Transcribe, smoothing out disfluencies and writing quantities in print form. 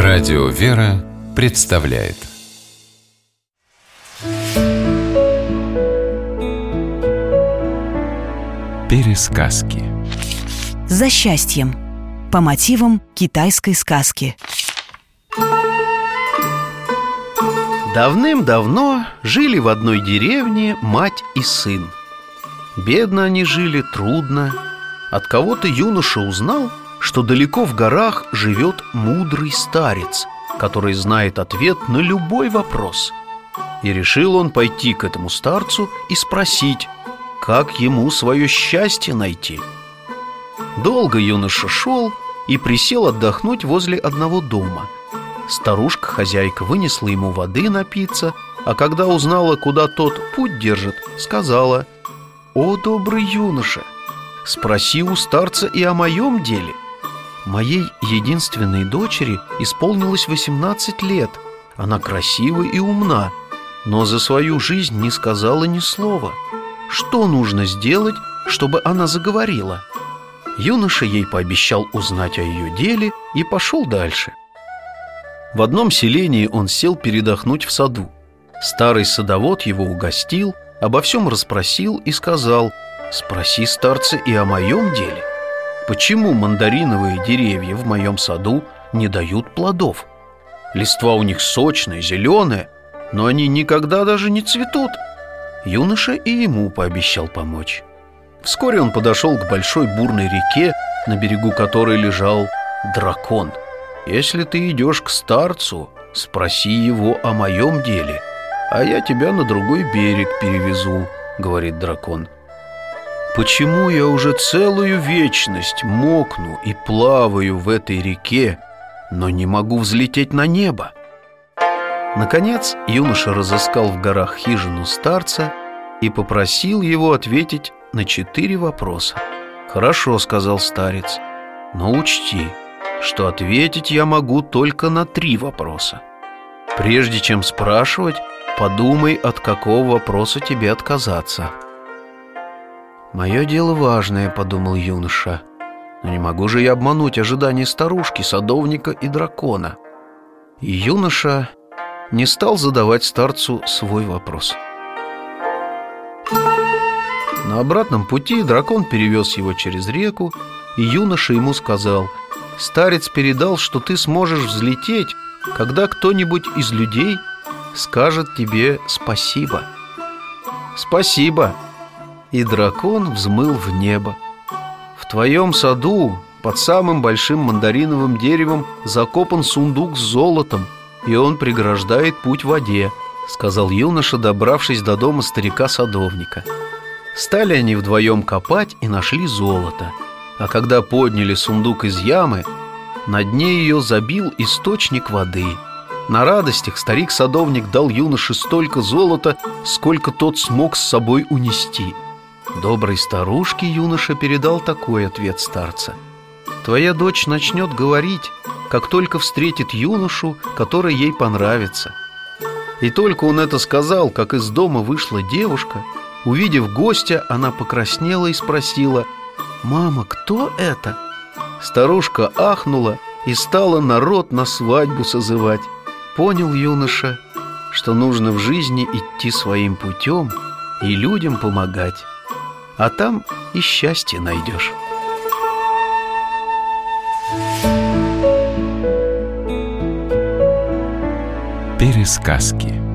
Радио «Вера» представляет Пересказки. За счастьем. По мотивам китайской сказки. Давным-давно жили в одной деревне мать и сын. Бедно они жили, трудно. От кого-то юноша узнал, что далеко в горах живет мудрый старец, который знает ответ на любой вопрос. И решил он пойти к этому старцу и спросить, как ему свое счастье найти. Долго юноша шел и присел отдохнуть возле одного дома. Старушка-хозяйка вынесла ему воды напиться, а когда узнала, куда тот путь держит, сказала: «О, добрый юноша, спроси у старца и о моем деле. Моей единственной дочери исполнилось 18 лет. Она красива и умна, но за свою жизнь не сказала ни слова. Что нужно сделать, чтобы она заговорила?» Юноша ей пообещал узнать о ее деле и пошел дальше. В одном селении он сел передохнуть в саду. Старый садовод его угостил, обо всем расспросил и сказал: «Спроси старца и о моем деле. Почему мандариновые деревья в моем саду не дают плодов? Листва у них сочная, зеленая, но они никогда даже не цветут». Юноша и ему пообещал помочь. Вскоре он подошел к большой бурной реке, на берегу которой лежал дракон. «Если ты идешь к старцу, спроси его о моем деле, а я тебя на другой берег перевезу», — говорит дракон. «Почему я уже целую вечность мокну и плаваю в этой реке, но не могу взлететь на небо?» Наконец юноша разыскал в горах хижину старца и попросил его ответить на 4 вопроса. «Хорошо», — сказал старец, — «но учти, что ответить я могу только на 3 вопроса. Прежде чем спрашивать, подумай, от какого вопроса тебе отказаться». «Мое дело важное», — подумал юноша, — «но не могу же я обмануть ожидания старушки, садовника и дракона». И юноша не стал задавать старцу свой вопрос. На обратном пути дракон перевез его через реку, и юноша ему сказал: «Старец передал, что ты сможешь взлететь, когда кто-нибудь из людей скажет тебе спасибо». «Спасибо!» И дракон взмыл в небо. «В твоем саду под самым большим мандариновым деревом закопан сундук с золотом, и он преграждает путь воде», — сказал юноша, добравшись до дома старика-садовника. Стали они вдвоем копать и нашли золото. А когда подняли сундук из ямы, на дне ее забил источник воды. На радостях старик-садовник дал юноше столько золота, сколько тот смог с собой унести. Доброй старушке юноша передал такой ответ старца: «Твоя дочь начнет говорить, как только встретит юношу, который ей понравится». И только он это сказал, как из дома вышла девушка. Увидев гостя, она покраснела и спросила: «Мама, кто это?» Старушка ахнула и стала народ на свадьбу созывать. Понял юноша, что нужно в жизни идти своим путем и людям помогать, а там и счастье найдешь. Пересказки.